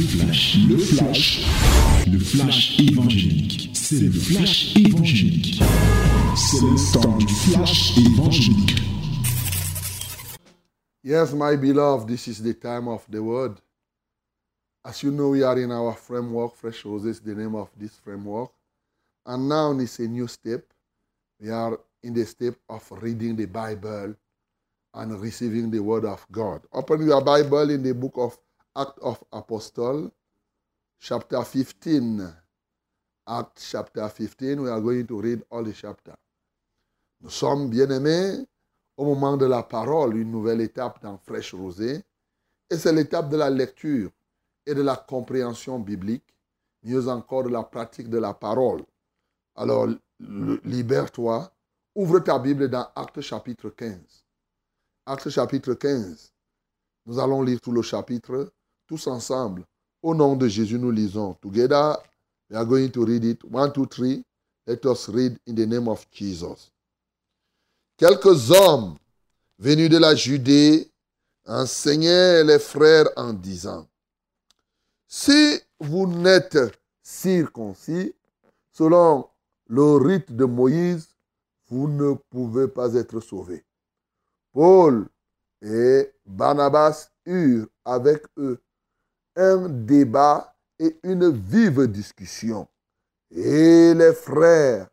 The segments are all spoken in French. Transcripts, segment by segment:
le flash évangélique. C'est le flash évangélique. C'est le temps du flash évangélique. Yes, my beloved, this is the time of the word. As you know, we are in our framework. Fresh Roses is the name of this framework. And now it's a new step. We are in the step of reading the Bible and receiving the word of God. Open your Bible in the book of Acts of Apostles, chapter 15. Acts chapter 15, we are going to read all the chapter. Nous sommes bien-aimés au moment de la parole, une nouvelle étape dans Fresh Rosée. Et c'est l'étape de la lecture et de la compréhension biblique, mieux encore de la pratique de la parole. Alors, libère-toi, ouvre ta Bible dans Actes chapitre 15. Actes chapitre 15. Nous allons lire tout le chapitre, tous ensemble. Au nom de Jésus, nous lisons. Together, we are going to read it. 1, 2, 3. Let us read in the name of Jesus. Quelques hommes venus de la Judée enseignaient les frères en disant: si vous n'êtes circoncis, selon le rite de Moïse, vous ne pouvez pas être sauvés. Paul et Barnabas eurent avec eux un débat et une vive discussion. Et les frères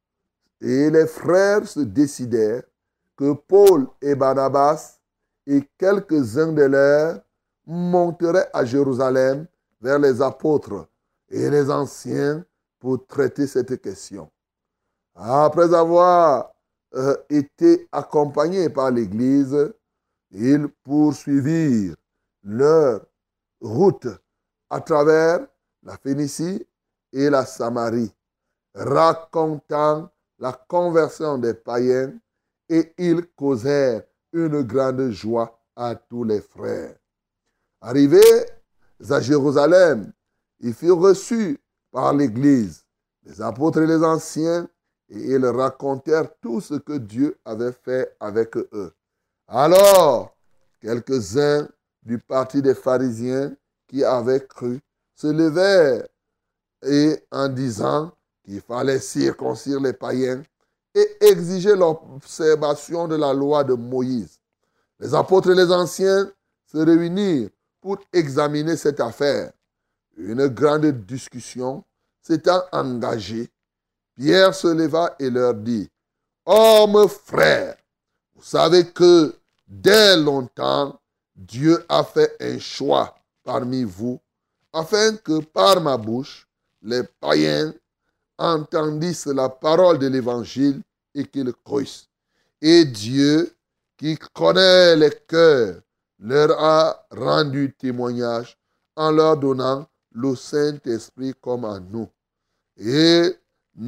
se décidèrent que Paul et Barnabas et quelques-uns de leurs monteraient à Jérusalem vers les apôtres et les anciens pour traiter cette question. Après avoir été accompagnés par l'Église, ils poursuivirent leur route à travers la Phénicie et la Samarie, racontant la conversion des païens, et ils causèrent une grande joie à tous les frères. Arrivés à Jérusalem, ils furent reçus par l'Église, les apôtres et les anciens, et ils racontèrent tout ce que Dieu avait fait avec eux. Alors, quelques-uns du parti des pharisiens qui avaient cru se levèrent et en disant qu'il fallait circoncire les païens et exiger l'observation de la loi de Moïse. Les apôtres et les anciens se réunirent pour examiner cette affaire. Une grande discussion s'étant engagée, Pierre se leva et leur dit: hommes frères, vous savez que dès longtemps, Dieu a fait un choix parmi vous, afin que par ma bouche, les païens entendissent la parole de l'Évangile et qu'ils croissent. Et Dieu, qui connaît les cœurs, leur a rendu témoignage en leur donnant le Saint-Esprit comme à nous. Et il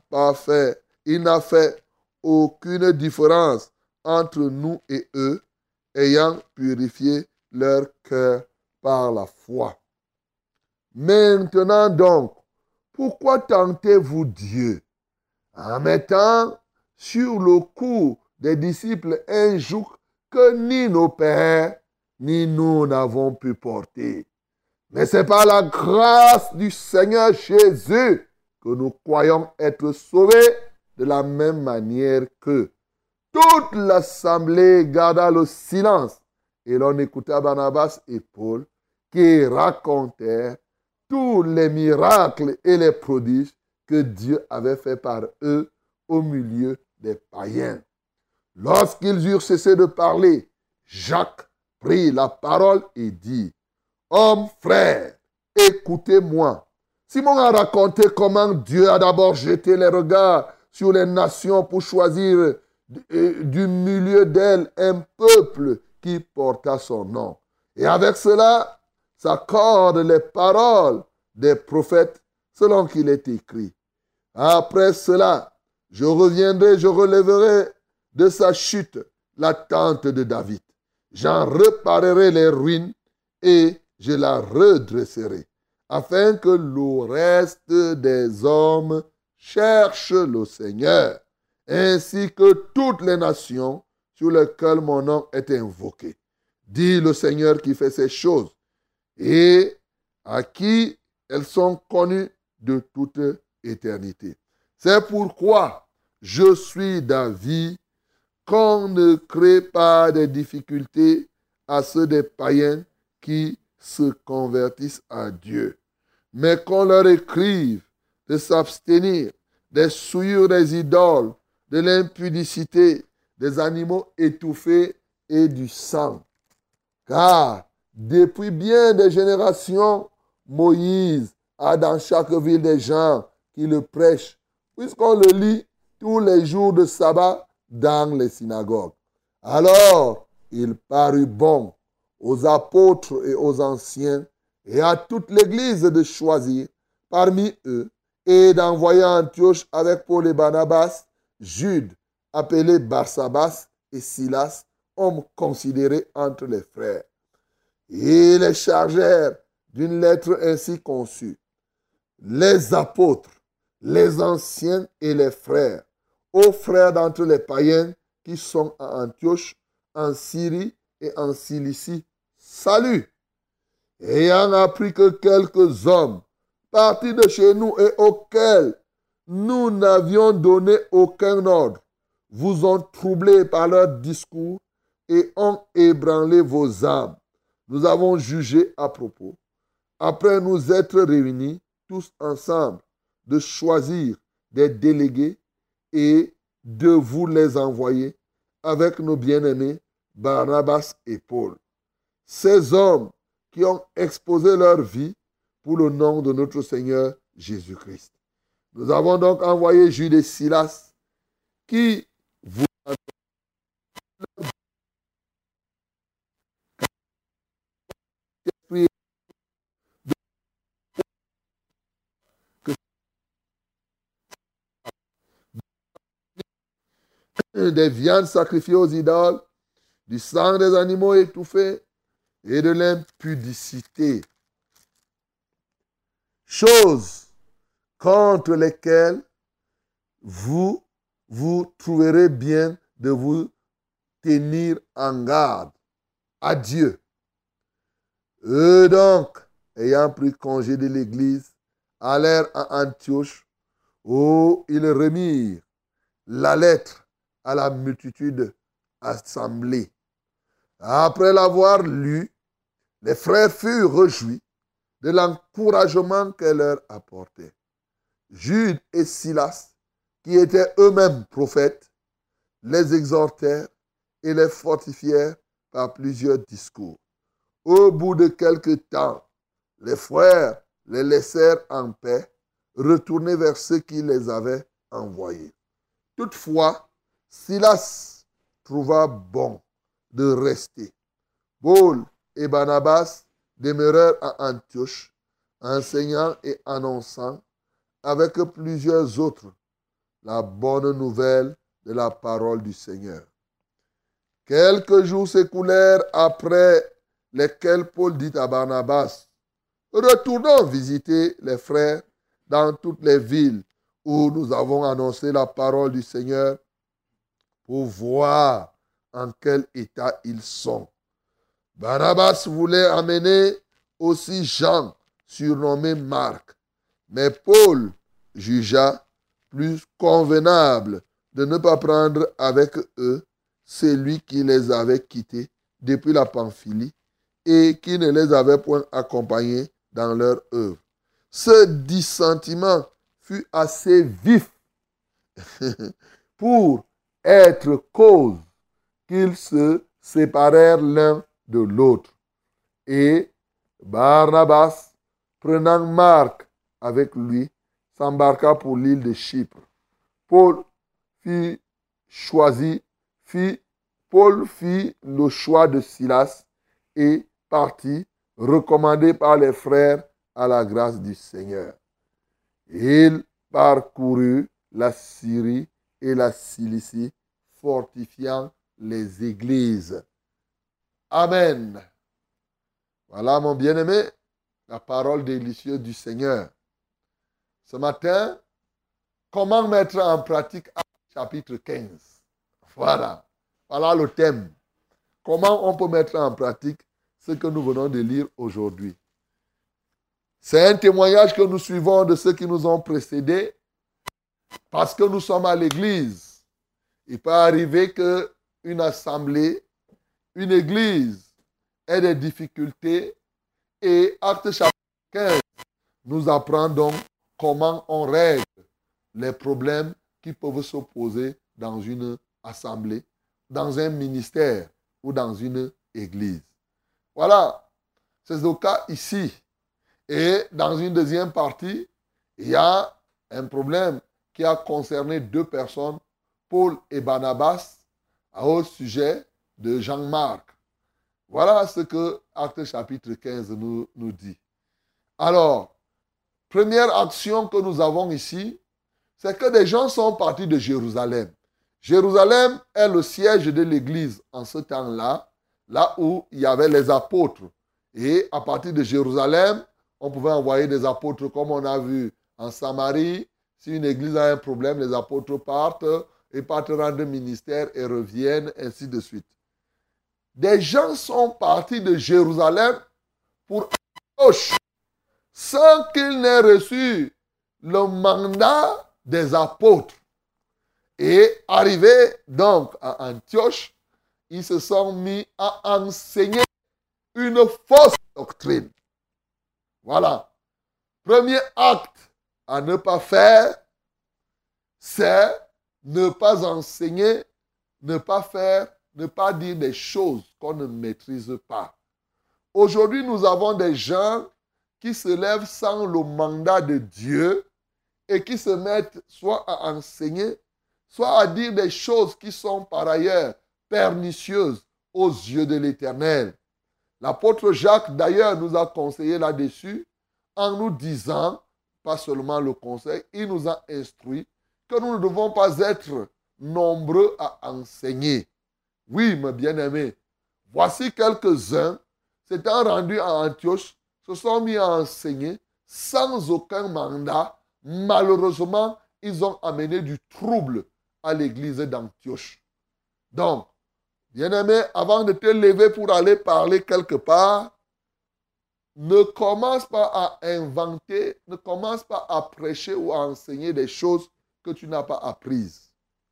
n'a fait aucune différence entre nous et eux, ayant purifié leur cœur par la foi. Maintenant donc, pourquoi tentez-vous Dieu en mettant sur le cou des disciples un joug que ni nos pères ni nous n'avons pu porter? Mais c'est par la grâce du Seigneur Jésus que nous croyons être sauvés de la même manière qu'eux. Toute l'assemblée garda le silence et l'on écouta Barnabas et Paul qui racontèrent tous les miracles et les prodiges que Dieu avait fait par eux au milieu des païens. Lorsqu'ils eurent cessé de parler, Jacques prit la parole et dit: hommes frères, écoutez-moi. Simon a raconté comment Dieu a d'abord jeté les regards sur les nations pour choisir du milieu d'elles un peuple qui porta son nom. Et avec cela, s'accordent les paroles des prophètes selon qu'il est écrit: après cela, je reviendrai, je relèverai de sa chute la tente de David. J'en réparerai les ruines et je la redresserai, afin que le reste des hommes cherche le Seigneur, ainsi que toutes les nations sur lesquelles mon nom est invoqué. Dit le Seigneur qui fait ces choses. Et à qui elles sont connues de toute éternité. C'est pourquoi je suis d'avis qu'on ne crée pas de difficultés à ceux des païens qui se convertissent à Dieu, mais qu'on leur écrive de s'abstenir des souillures des idoles, de l'impudicité, des animaux étouffés et du sang. Car depuis bien des générations, Moïse a dans chaque ville des gens qui le prêchent, puisqu'on le lit tous les jours de sabbat dans les synagogues. Alors, il parut bon aux apôtres et aux anciens et à toute l'Église de choisir parmi eux et d'envoyer à Antioche avec Paul et Barnabas, Jude, appelé Barsabas, et Silas, hommes considérés entre les frères. Ils les chargèrent d'une lettre ainsi conçue. Les apôtres, les anciens et les frères, aux frères d'entre les païens qui sont à Antioche, en Syrie et en Cilicie, salut. Ayant appris que quelques hommes partis de chez nous et auxquels nous n'avions donné aucun ordre, vous ont troublé par leur discours et ont ébranlé vos âmes. Nous avons jugé à propos, après nous être réunis tous ensemble, de choisir des délégués et de vous les envoyer avec nos bien-aimés Barnabas et Paul. Ces hommes qui ont exposé leur vie pour le nom de notre Seigneur Jésus-Christ. Nous avons donc envoyé Jude et Silas qui vous des viandes sacrifiées aux idoles, du sang des animaux étouffés et de l'impudicité. Choses contre lesquelles vous trouverez bien de vous tenir en garde. Adieu. Eux donc, ayant pris congé de l'Église, allèrent à Antioche, où ils remirent la lettre à la multitude assemblée. Après l'avoir lue, les frères furent réjouis de l'encouragement qu'elle leur apportait. Jude et Silas, qui étaient eux-mêmes prophètes, les exhortèrent et les fortifièrent par plusieurs discours. Au bout de quelque temps, les frères les laissèrent en paix, retournés vers ceux qui les avaient envoyés. Toutefois, Silas trouva bon de rester. Paul et Barnabas demeurèrent à Antioche, enseignant et annonçant avec plusieurs autres la bonne nouvelle de la parole du Seigneur. Quelques jours s'écoulèrent après lesquels Paul dit à Barnabas, retournons visiter les frères dans toutes les villes où nous avons annoncé la parole du Seigneur pour voir en quel état ils sont. Barnabas voulait amener aussi Jean, surnommé Marc, mais Paul jugea plus convenable de ne pas prendre avec eux celui qui les avait quittés depuis la Pamphylie et qui ne les avait point accompagnés dans leur œuvre. Ce dissentiment fut assez vif pour être cause qu'ils se séparèrent l'un de l'autre. Et Barnabas, prenant Marc avec lui, s'embarqua pour l'île de Chypre. Paul fit le choix de Silas et partit, recommandé par les frères à la grâce du Seigneur. Il parcourut la Syrie et la Cilicie, fortifiant les églises. Amen. Voilà, mon bien-aimé, la parole délicieuse du Seigneur. Ce matin, comment mettre en pratique chapitre 15. Voilà. Voilà le thème. Comment on peut mettre en pratique ce que nous venons de lire aujourd'hui. C'est un témoignage que nous suivons de ceux qui nous ont précédés parce que nous sommes à l'église. Il peut arriver qu'une assemblée, une église ait des difficultés et Actes chapitre 15 nous apprend donc comment on règle les problèmes qui peuvent s'opposer dans une assemblée, dans un ministère ou dans une église. Voilà, c'est le cas ici. Et dans une deuxième partie, il y a un problème qui a concerné deux personnes, Paul et Barnabas, au sujet de Jean-Marc. Voilà ce que Actes chapitre 15 nous dit. Alors, première action que nous avons ici, c'est que des gens sont partis de Jérusalem. Jérusalem est le siège de l'église en ce temps-là, là où il y avait les apôtres. Et à partir de Jérusalem, on pouvait envoyer des apôtres comme on a vu en Samarie. Si une église a un problème, les apôtres partent et partent rendre ministère et reviennent, ainsi de suite. Des gens sont partis de Jérusalem pour Antioche sans qu'ils n'aient reçu le mandat des apôtres. Et arrivés donc à Antioche, ils se sont mis à enseigner une fausse doctrine. Voilà. Premier acte à ne pas faire, c'est ne pas enseigner, ne pas faire, ne pas dire des choses qu'on ne maîtrise pas. Aujourd'hui, nous avons des gens qui se lèvent sans le mandat de Dieu et qui se mettent soit à enseigner, soit à dire des choses qui sont par ailleurs pernicieuses aux yeux de l'Éternel. L'apôtre Jacques, d'ailleurs, nous a conseillé là-dessus en nous disant, pas seulement le conseil, il nous a instruit que nous ne devons pas être nombreux à enseigner. Oui, mes bien-aimés, voici quelques-uns s'étant rendus à Antioche, se sont mis à enseigner sans aucun mandat. Malheureusement, ils ont amené du trouble à l'église d'Antioche. Donc, bien-aimé, avant de te lever pour aller parler quelque part, ne commence pas à inventer, ne commence pas à prêcher ou à enseigner des choses que tu n'as pas apprises.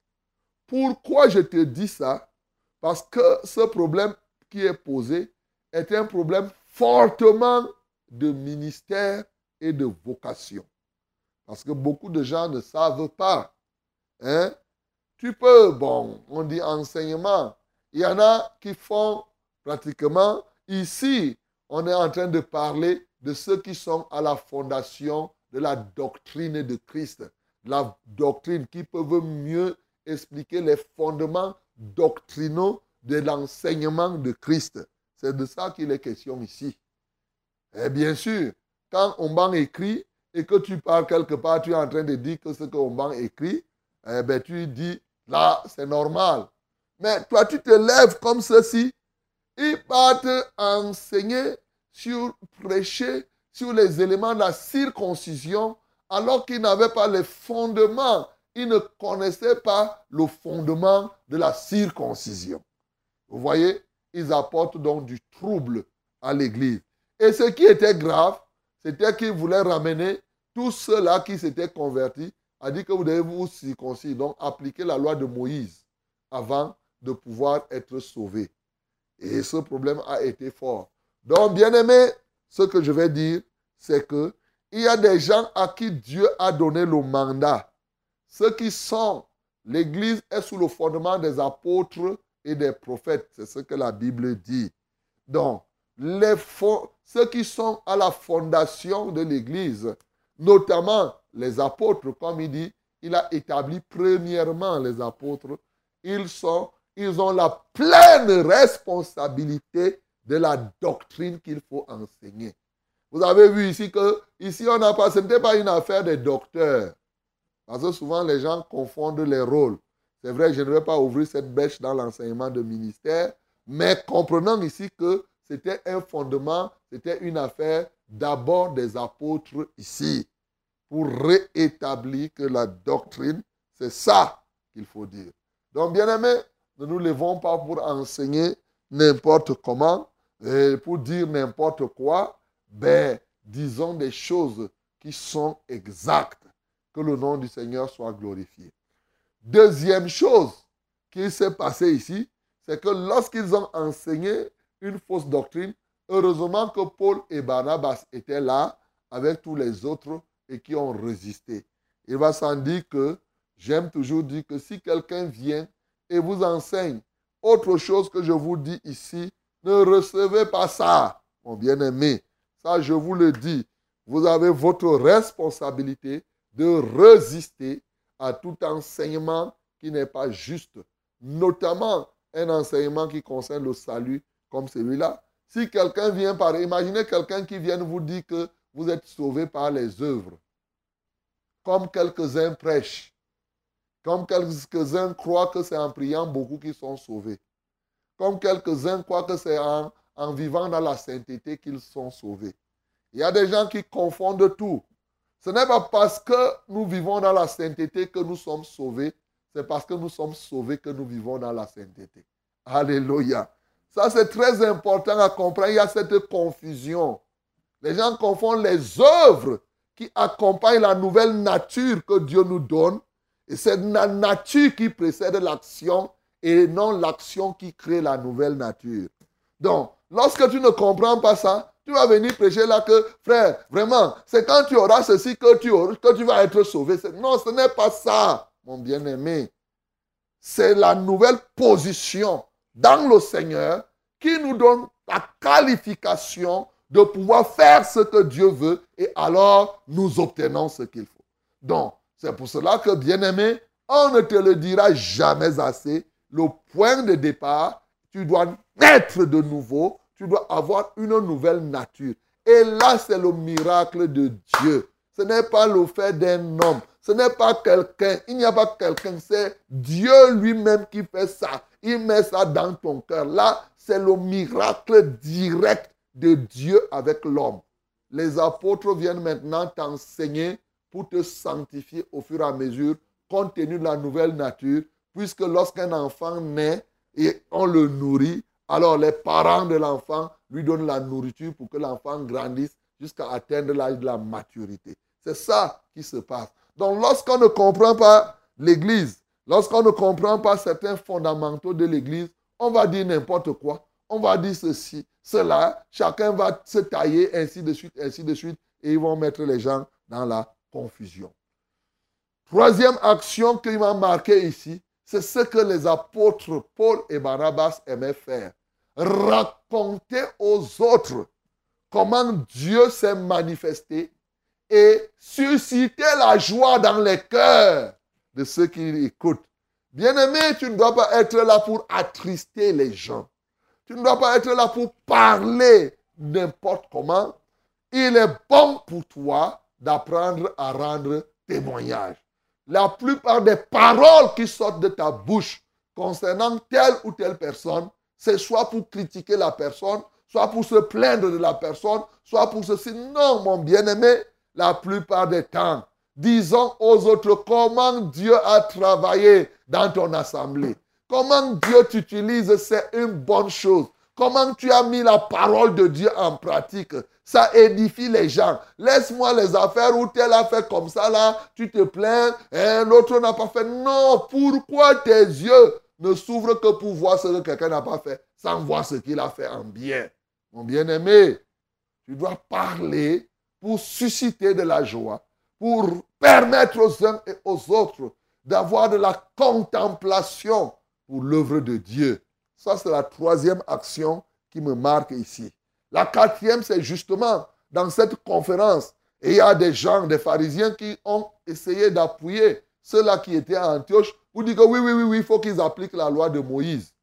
Pourquoi je te dis ça? Parce que ce problème qui est posé est un problème fortement de ministère et de vocation. Parce que beaucoup de gens ne savent pas. Hein? Tu peux, on dit enseignement. Il y en a qui font pratiquement, ici, on est en train de parler de ceux qui sont à la fondation de la doctrine de Christ. La doctrine qui peuvent mieux expliquer les fondements doctrinaux de l'enseignement de Christ. C'est de ça qu'il est question ici. Et bien sûr, quand Omban écrit et que tu parles quelque part, tu es en train de dire que ce que Omban écrit, tu dis, là, c'est normal. Mais toi, tu te lèves comme ceci, ils partent enseigner prêcher sur les éléments de la circoncision, alors qu'ils n'avaient pas les fondements. Ils ne connaissaient pas le fondement de la circoncision. Vous voyez, ils apportent donc du trouble à l'église. Et ce qui était grave, c'était qu'ils voulaient ramener tous ceux-là qui s'étaient convertis, a dit que vous devez vous circoncire, donc appliquer la loi de Moïse avant de pouvoir être sauvés. Et ce problème a été fort. Donc, bien-aimés, ce que je vais dire, c'est que il y a des gens à qui Dieu a donné le mandat. Ceux qui sont, l'Église est sous le fondement des apôtres et des prophètes. C'est ce que la Bible dit. Donc, ceux qui sont à la fondation de l'Église, notamment les apôtres, comme il dit, il a établi premièrement les apôtres. Ils ont la pleine responsabilité de la doctrine qu'il faut enseigner. Vous avez vu ici que, ici on n'a pas, ce n'était pas une affaire des docteurs. Parce que souvent les gens confondent les rôles. C'est vrai, je ne vais pas ouvrir cette brèche dans l'enseignement de ministère, mais comprenons ici que c'était un fondement, c'était une affaire d'abord des apôtres ici, pour réétablir que la doctrine, c'est ça qu'il faut dire. Donc, bien aimés, ne nous levons pas pour enseigner n'importe comment, pour dire n'importe quoi. disons des choses qui sont exactes. Que le nom du Seigneur soit glorifié. Deuxième chose qui s'est passée ici, c'est que lorsqu'ils ont enseigné une fausse doctrine, heureusement que Paul et Barnabas étaient là avec tous les autres et qui ont résisté. Il va sans dire que, j'aime toujours dire que si quelqu'un vient et vous enseigne autre chose que je vous dis ici, ne recevez pas ça, mon bien-aimé. Ça, je vous le dis. Vous avez votre responsabilité de résister à tout enseignement qui n'est pas juste, notamment un enseignement qui concerne le salut comme celui-là. Si quelqu'un vient par... Imaginez quelqu'un qui vient vous dire que vous êtes sauvé par les œuvres, comme quelques-uns prêchent, comme quelques-uns croient que c'est en priant beaucoup qu'ils sont sauvés, comme quelques-uns croient que c'est en vivant dans la sainteté qu'ils sont sauvés. Il y a des gens qui confondent tout. Ce n'est pas parce que nous vivons dans la sainteté que nous sommes sauvés, c'est parce que nous sommes sauvés que nous vivons dans la sainteté. Alléluia. Ça, c'est très important à comprendre. Il y a cette confusion. Les gens confondent les œuvres qui accompagnent la nouvelle nature que Dieu nous donne. Et c'est la nature qui précède l'action et non l'action qui crée la nouvelle nature. Donc, lorsque tu ne comprends pas ça, tu vas venir prêcher là que, frère, vraiment, c'est quand tu auras ceci que tu vas être sauvé. Non, ce n'est pas ça, mon bien-aimé. C'est la nouvelle position dans le Seigneur qui nous donne la qualification de pouvoir faire ce que Dieu veut et alors nous obtenons ce qu'il faut. Donc, c'est pour cela que, bien-aimé, on ne te le dira jamais assez. Le point de départ, tu dois naître de nouveau, tu dois avoir une nouvelle nature. Et là, c'est le miracle de Dieu. Ce n'est pas le fait d'un homme. Ce n'est pas quelqu'un. Il n'y a pas quelqu'un. C'est Dieu lui-même qui fait ça. Il met ça dans ton cœur. Là, c'est le miracle direct de Dieu avec l'homme. Les apôtres viennent maintenant t'enseigner pour te sanctifier au fur et à mesure, compte tenu de la nouvelle nature, puisque lorsqu'un enfant naît et on le nourrit, alors les parents de l'enfant lui donnent la nourriture pour que l'enfant grandisse jusqu'à atteindre l'âge de la maturité. C'est ça qui se passe. Donc lorsqu'on ne comprend pas l'Église, lorsqu'on ne comprend pas certains fondamentaux de l'Église, on va dire n'importe quoi. On va dire ceci, cela, chacun va se tailler, ainsi de suite, et ils vont mettre les gens dans la confusion. Troisième action qui m'a marqué ici, c'est ce que les apôtres Paul et Barnabas aimaient faire. Raconter aux autres comment Dieu s'est manifesté et susciter la joie dans les cœurs de ceux qui écoutent. Bien-aimé, tu ne dois pas être là pour attrister les gens. Tu ne dois pas être là pour parler n'importe comment. Il est bon pour toi d'apprendre à rendre témoignage. La plupart des paroles qui sortent de ta bouche concernant telle ou telle personne, c'est soit pour critiquer la personne, soit pour se plaindre de la personne, soit pour ceci. Non, mon bien-aimé, la plupart des temps, disons aux autres comment Dieu a travaillé dans ton assemblée. Comment Dieu t'utilise, c'est une bonne chose. Comment tu as mis la parole de Dieu en pratique. Ça édifie les gens. Laisse-moi les affaires où tel a fait comme ça, là, tu te plains, l'autre n'a pas fait. Non, pourquoi tes yeux ne s'ouvrent que pour voir ce que quelqu'un n'a pas fait, sans voir ce qu'il a fait en bien? Mon bien-aimé, tu dois parler pour susciter de la joie, pour permettre aux uns et aux autres d'avoir de la contemplation pour l'œuvre de Dieu. Ça, c'est la troisième action qui me marque ici. La quatrième, c'est justement dans cette conférence. Et il y a des gens, des pharisiens qui ont essayé d'appuyer ceux-là qui étaient à Antioche pour dire que oui, il faut qu'ils appliquent la loi de Moïse.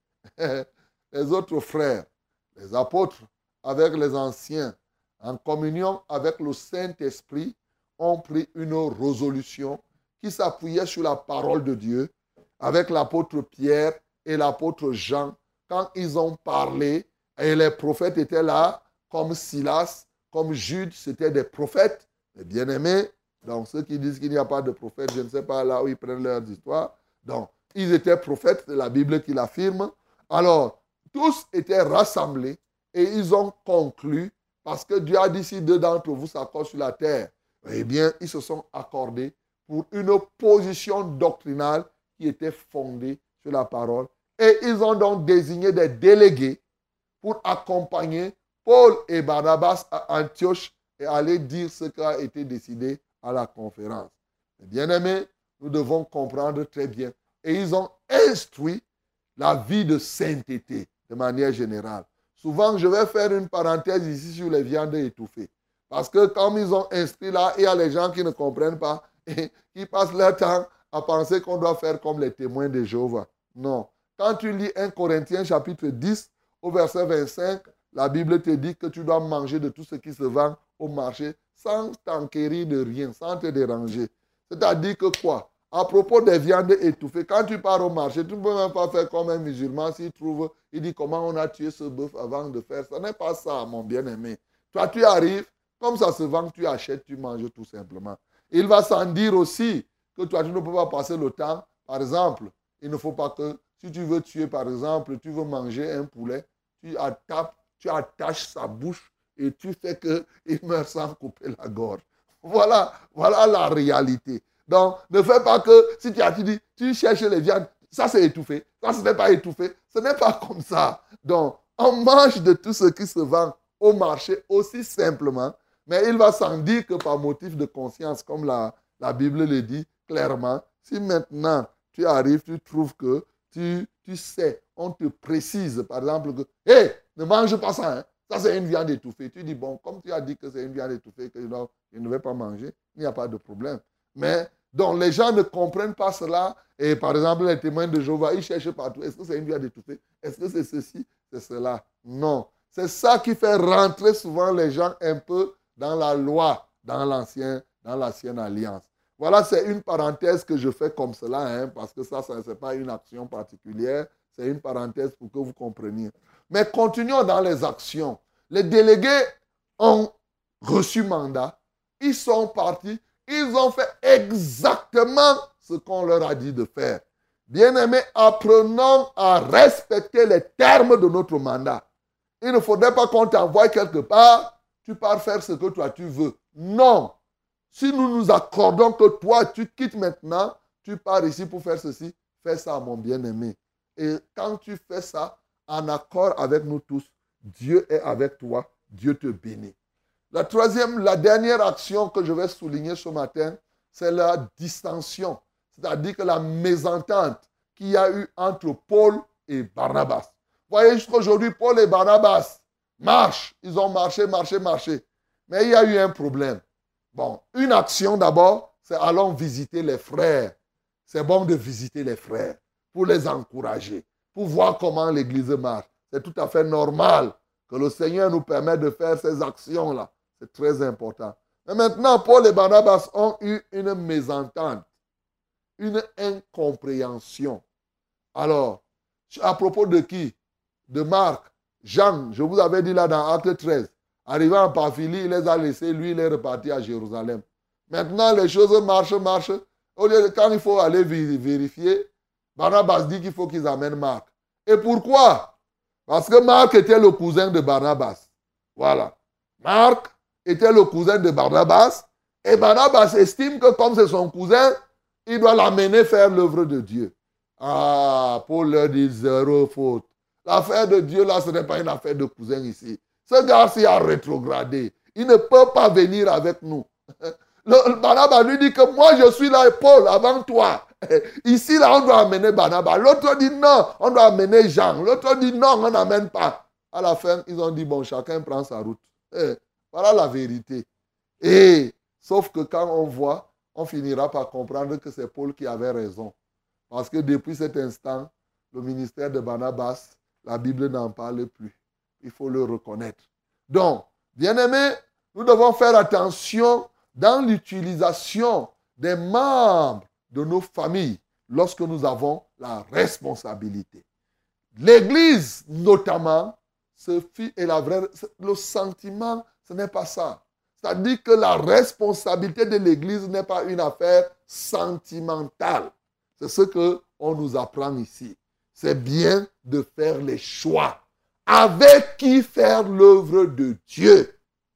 Les autres frères, les apôtres, avec les anciens, en communion avec le Saint-Esprit, ont pris une résolution qui s'appuyait sur la parole de Dieu avec l'apôtre Pierre et l'apôtre Jean. Quand ils ont parlé, et les prophètes étaient là, comme Silas, comme Jude, c'était des prophètes, les bien-aimés. Donc, ceux qui disent qu'il n'y a pas de prophètes, je ne sais pas là où ils prennent leurs histoires. Donc, ils étaient prophètes, c'est la Bible qui l'affirme. Alors, tous étaient rassemblés et ils ont conclu parce que Dieu a dit si deux d'entre vous s'accordent sur la terre, eh bien, ils se sont accordés pour une position doctrinale qui était fondée sur la parole. Et ils ont donc désigné des délégués pour accompagner Paul et Barnabas à Antioche et aller dire ce qui a été décidé à la conférence. Bien-aimés, nous devons comprendre très bien. Et ils ont instruit la vie de sainteté de manière générale. Souvent, je vais faire une parenthèse ici sur les viandes étouffées. Parce que comme ils ont instruit là, il y a les gens qui ne comprennent pas et qui passent leur temps à penser qu'on doit faire comme les témoins de Jéhovah. Non. Quand tu lis 1 Corinthiens chapitre 10 au verset 25, la Bible te dit que tu dois manger de tout ce qui se vend au marché sans t'enquérir de rien, sans te déranger. C'est-à-dire que quoi? À propos des viandes étouffées, quand tu pars au marché, tu ne peux même pas faire comme un musulman s'il trouve, il dit comment on a tué ce bœuf avant de faire. Ce n'est pas ça, mon bien-aimé. Toi, tu arrives, comme ça se vend, tu achètes, tu manges tout simplement. Il va sans dire aussi que toi, tu ne peux pas passer le temps. Par exemple, il ne faut pas que, si tu veux tuer, par exemple, tu veux manger un poulet, tu attaches sa bouche et tu fais qu'il meurt sans couper la gorge. Voilà la réalité. Donc, ne fais pas que, si tu cherches les viandes, ça c'est étouffé, ça ce n'est pas étouffé. Ce n'est pas comme ça. Donc, on mange de tout ce qui se vend au marché aussi simplement, mais il va sans dire que par motif de conscience, comme la Bible le dit clairement, si maintenant tu arrives, tu trouves que tu sais, on te précise, par exemple, que, hé, ne mange pas ça, hein. Ça c'est une viande étouffée. Tu dis, bon, comme tu as dit que c'est une viande étouffée, que je ne vais pas manger, il n'y a pas de problème. Mais, donc les gens ne comprennent pas cela, et par exemple, les témoins de Jéhovah, ils cherchent partout, est-ce que c'est une viande étouffée? Est-ce que c'est ceci? C'est cela? Non. C'est ça qui fait rentrer souvent les gens un peu dans la loi, dans l'ancienne alliance. Voilà, c'est une parenthèse que je fais comme cela, hein, parce que ça n'est pas une action particulière, c'est une parenthèse pour que vous compreniez. Mais continuons dans les actions. Les délégués ont reçu mandat, ils sont partis, ils ont fait exactement ce qu'on leur a dit de faire. Bien-aimés, apprenons à respecter les termes de notre mandat. Il ne faudrait pas qu'on t'envoie quelque part, tu pars faire ce que toi tu veux. Non. Si nous nous accordons que toi, tu quittes maintenant, tu pars ici pour faire ceci, fais ça, mon bien-aimé. Et quand tu fais ça, en accord avec nous tous, Dieu est avec toi, Dieu te bénit. La dernière action que je vais souligner ce matin, c'est la dissension, c'est-à-dire que la mésentente qu'il y a eu entre Paul et Barnabas. Vous voyez, jusqu'aujourd'hui, Paul et Barnabas marchent, ils ont marché. Mais il y a eu un problème. Bon, une action d'abord, c'est allons visiter les frères. C'est bon de visiter les frères pour les encourager, pour voir comment l'église marche. C'est tout à fait normal que le Seigneur nous permette de faire ces actions-là. C'est très important. Mais maintenant, Paul et Barnabas ont eu une mésentente, une incompréhension. Alors, à propos de qui? De Marc, Jean, je vous avais dit là dans Acte 13. Arrivant en Pamphylie, il les a laissés, lui, il est reparti à Jérusalem. Maintenant, les choses marchent. Au lieu de, quand il faut aller vérifier, Barnabas dit qu'il faut qu'ils amènent Marc. Et pourquoi? Parce que Marc était le cousin de Barnabas. Voilà. Marc était le cousin de Barnabas. Et Barnabas estime que comme c'est son cousin, il doit l'amener faire l'œuvre de Dieu. Ah, Paul leur dit zéro faute. L'affaire de Dieu, là, ce n'est pas une affaire de cousin ici. Ce gars-ci a rétrogradé. Il ne peut pas venir avec nous. Barnabas lui dit que moi, je suis là, Paul, avant toi. Ici, là, on doit amener Barnabas. L'autre dit non, on doit amener Jean. L'autre dit non, on n'amène pas. À la fin, ils ont dit, bon, chacun prend sa route. Voilà la vérité. Et, sauf que quand on voit, on finira par comprendre que c'est Paul qui avait raison. Parce que depuis cet instant, le ministère de Barnabas, la Bible n'en parle plus. Il faut le reconnaître. Donc, bien-aimés, nous devons faire attention dans l'utilisation des membres de nos familles lorsque nous avons la responsabilité. L'Église, notamment, le sentiment, ce n'est pas ça. C'est-à-dire que la responsabilité de l'Église n'est pas une affaire sentimentale. C'est ce qu'on nous apprend ici. C'est bien de faire les choix. Avec qui faire l'œuvre de Dieu.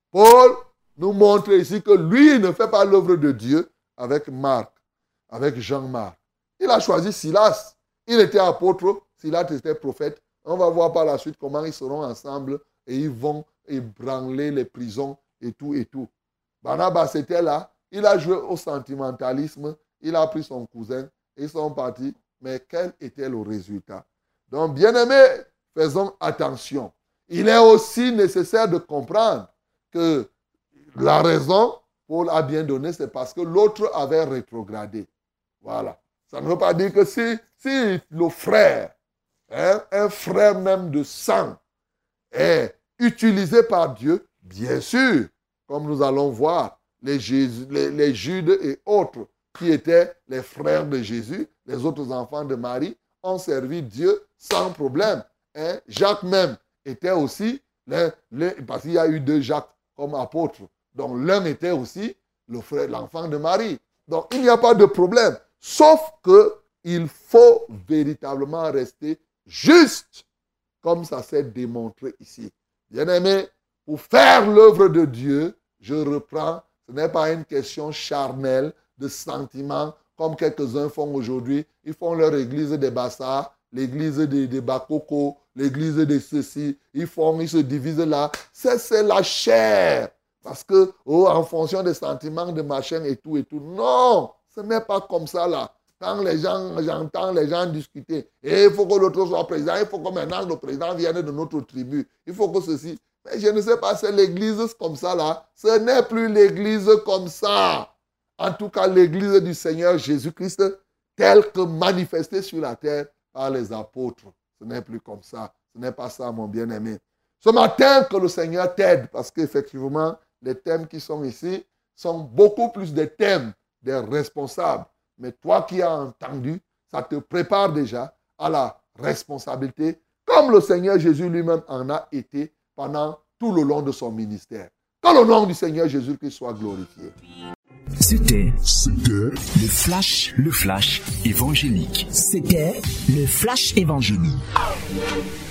Paul nous montre ici que lui ne fait pas l'œuvre de Dieu avec Marc, avec Jean-Marc. Il a choisi Silas. Il était apôtre, Silas était prophète. On va voir par la suite comment ils seront ensemble et ils vont ébranler les prisons et tout et tout. Barnabas était là. Il a joué au sentimentalisme. Il a pris son cousin. Ils sont partis. Mais quel était le résultat? Donc, bien-aimés, faisons attention. Il est aussi nécessaire de comprendre que la raison, Paul a bien donné, c'est parce que l'autre avait rétrogradé. Voilà. Ça ne veut pas dire que si le frère, un frère même de sang, est utilisé par Dieu, bien sûr, comme nous allons voir, les Judes et autres qui étaient les frères de Jésus, les autres enfants de Marie, ont servi Dieu sans problème. Jacques même était aussi, parce qu'il y a eu 2 Jacques comme apôtres, donc l'un était aussi l'enfant de Marie. Donc il n'y a pas de problème, sauf qu'il faut véritablement rester juste, comme ça s'est démontré ici. Bien-aimé, pour faire l'œuvre de Dieu, je reprends, ce n'est pas une question charnelle, de sentiments, comme quelques-uns font aujourd'hui. Ils font leur église des Bassards, l'église des Bakoko, l'église de ceci. Ils se divisent là. C'est la chair. Parce que, en fonction des sentiments de machin et tout. Non, ce n'est pas comme ça là. Quand j'entends les gens discuter, et il faut que l'autre soit président, il faut que maintenant le président vienne de notre tribu, il faut que ceci. Mais je ne sais pas, c'est l'église comme ça là. Ce n'est plus l'église comme ça. En tout cas, l'église du Seigneur Jésus-Christ, telle que manifestée sur la terre par les apôtres. Ce n'est plus comme ça. Ce n'est pas ça, mon bien-aimé. Ce matin, que le Seigneur t'aide, parce qu'effectivement, les thèmes qui sont ici sont beaucoup plus des thèmes des responsables. Mais toi qui as entendu, ça te prépare déjà à la responsabilité, comme le Seigneur Jésus lui-même en a été pendant tout le long de son ministère. Que le nom du Seigneur Jésus-Christ soit glorifié. C'était le flash évangélique. C'était le flash évangélique.